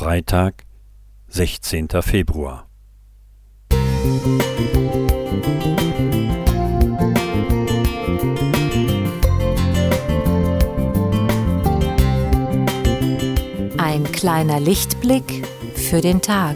Freitag, 16. Februar. Ein kleiner Lichtblick für den Tag.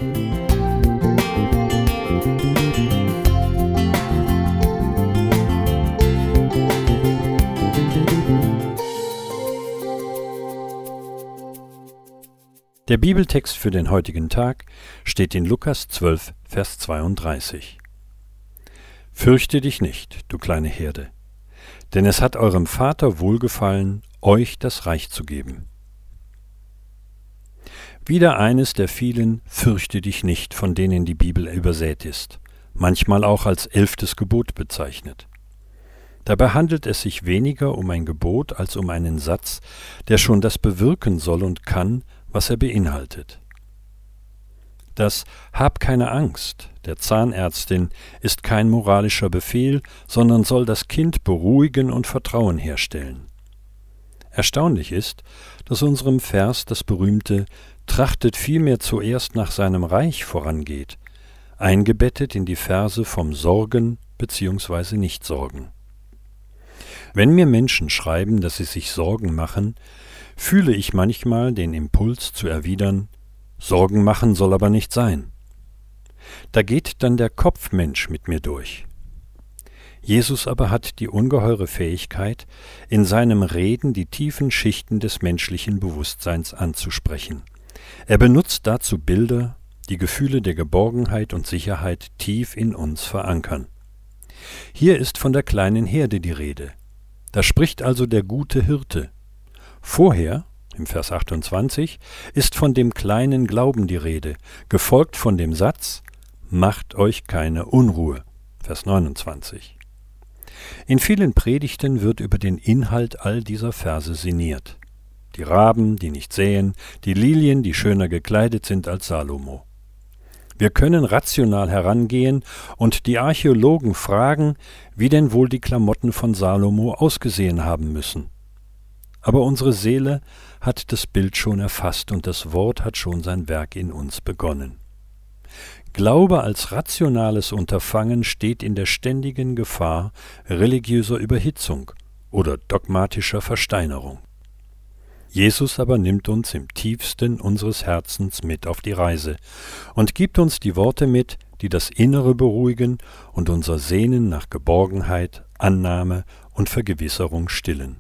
Der Bibeltext für den heutigen Tag steht in Lukas 12, Vers 32. Fürchte dich nicht, du kleine Herde, denn es hat eurem Vater wohlgefallen, euch das Reich zu geben. Wieder eines der vielen Fürchte dich nicht, von denen die Bibel übersät ist, manchmal auch als 11. Gebot bezeichnet. Dabei handelt es sich weniger um ein Gebot als um einen Satz, der schon das bewirken soll und kann, was er beinhaltet. Das Hab keine Angst der Zahnärztin ist kein moralischer Befehl, sondern soll das Kind beruhigen und Vertrauen herstellen. Erstaunlich ist, dass unserem Vers das berühmte »Trachtet vielmehr zuerst nach seinem Reich« vorangeht, eingebettet in die Verse vom Sorgen bzw. Nichtsorgen. Wenn mir Menschen schreiben, dass sie sich Sorgen machen, fühle ich manchmal den Impuls zu erwidern, Sorgen machen soll aber nicht sein. Da geht dann der Kopfmensch mit mir durch. Jesus aber hat die ungeheure Fähigkeit, in seinem Reden die tiefen Schichten des menschlichen Bewusstseins anzusprechen. Er benutzt dazu Bilder, die Gefühle der Geborgenheit und Sicherheit tief in uns verankern. Hier ist von der kleinen Herde die Rede. Da spricht also der gute Hirte. Vorher, im Vers 28, ist von dem kleinen Glauben die Rede, gefolgt von dem Satz, »Macht euch keine Unruhe«, Vers 29. In vielen Predigten wird über den Inhalt all dieser Verse sinniert. Die Raben, die nicht säen, die Lilien, die schöner gekleidet sind als Salomo. Wir können rational herangehen und die Archäologen fragen, wie denn wohl die Klamotten von Salomo ausgesehen haben müssen. Aber unsere Seele hat das Bild schon erfasst und das Wort hat schon sein Werk in uns begonnen. Glaube als rationales Unterfangen steht in der ständigen Gefahr religiöser Überhitzung oder dogmatischer Versteinerung. Jesus aber nimmt uns im tiefsten unseres Herzens mit auf die Reise und gibt uns die Worte mit, die das Innere beruhigen und unser Sehnen nach Geborgenheit, Annahme und Vergewisserung stillen.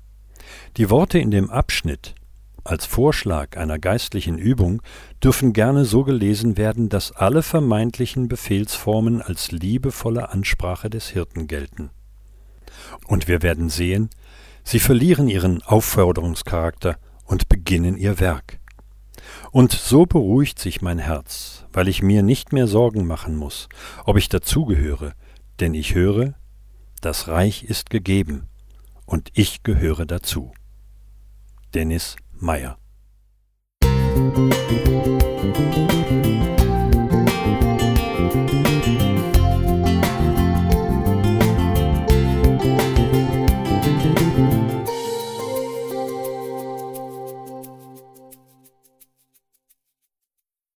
Die Worte in dem Abschnitt als Vorschlag einer geistlichen Übung dürfen gerne so gelesen werden, dass alle vermeintlichen Befehlsformen als liebevolle Ansprache des Hirten gelten. Und wir werden sehen, sie verlieren ihren Aufforderungscharakter und beginnen ihr Werk. Und so beruhigt sich mein Herz, weil ich mir nicht mehr Sorgen machen muss, ob ich dazugehöre, denn ich höre, das Reich ist gegeben und ich gehöre dazu. Dennis Meyer.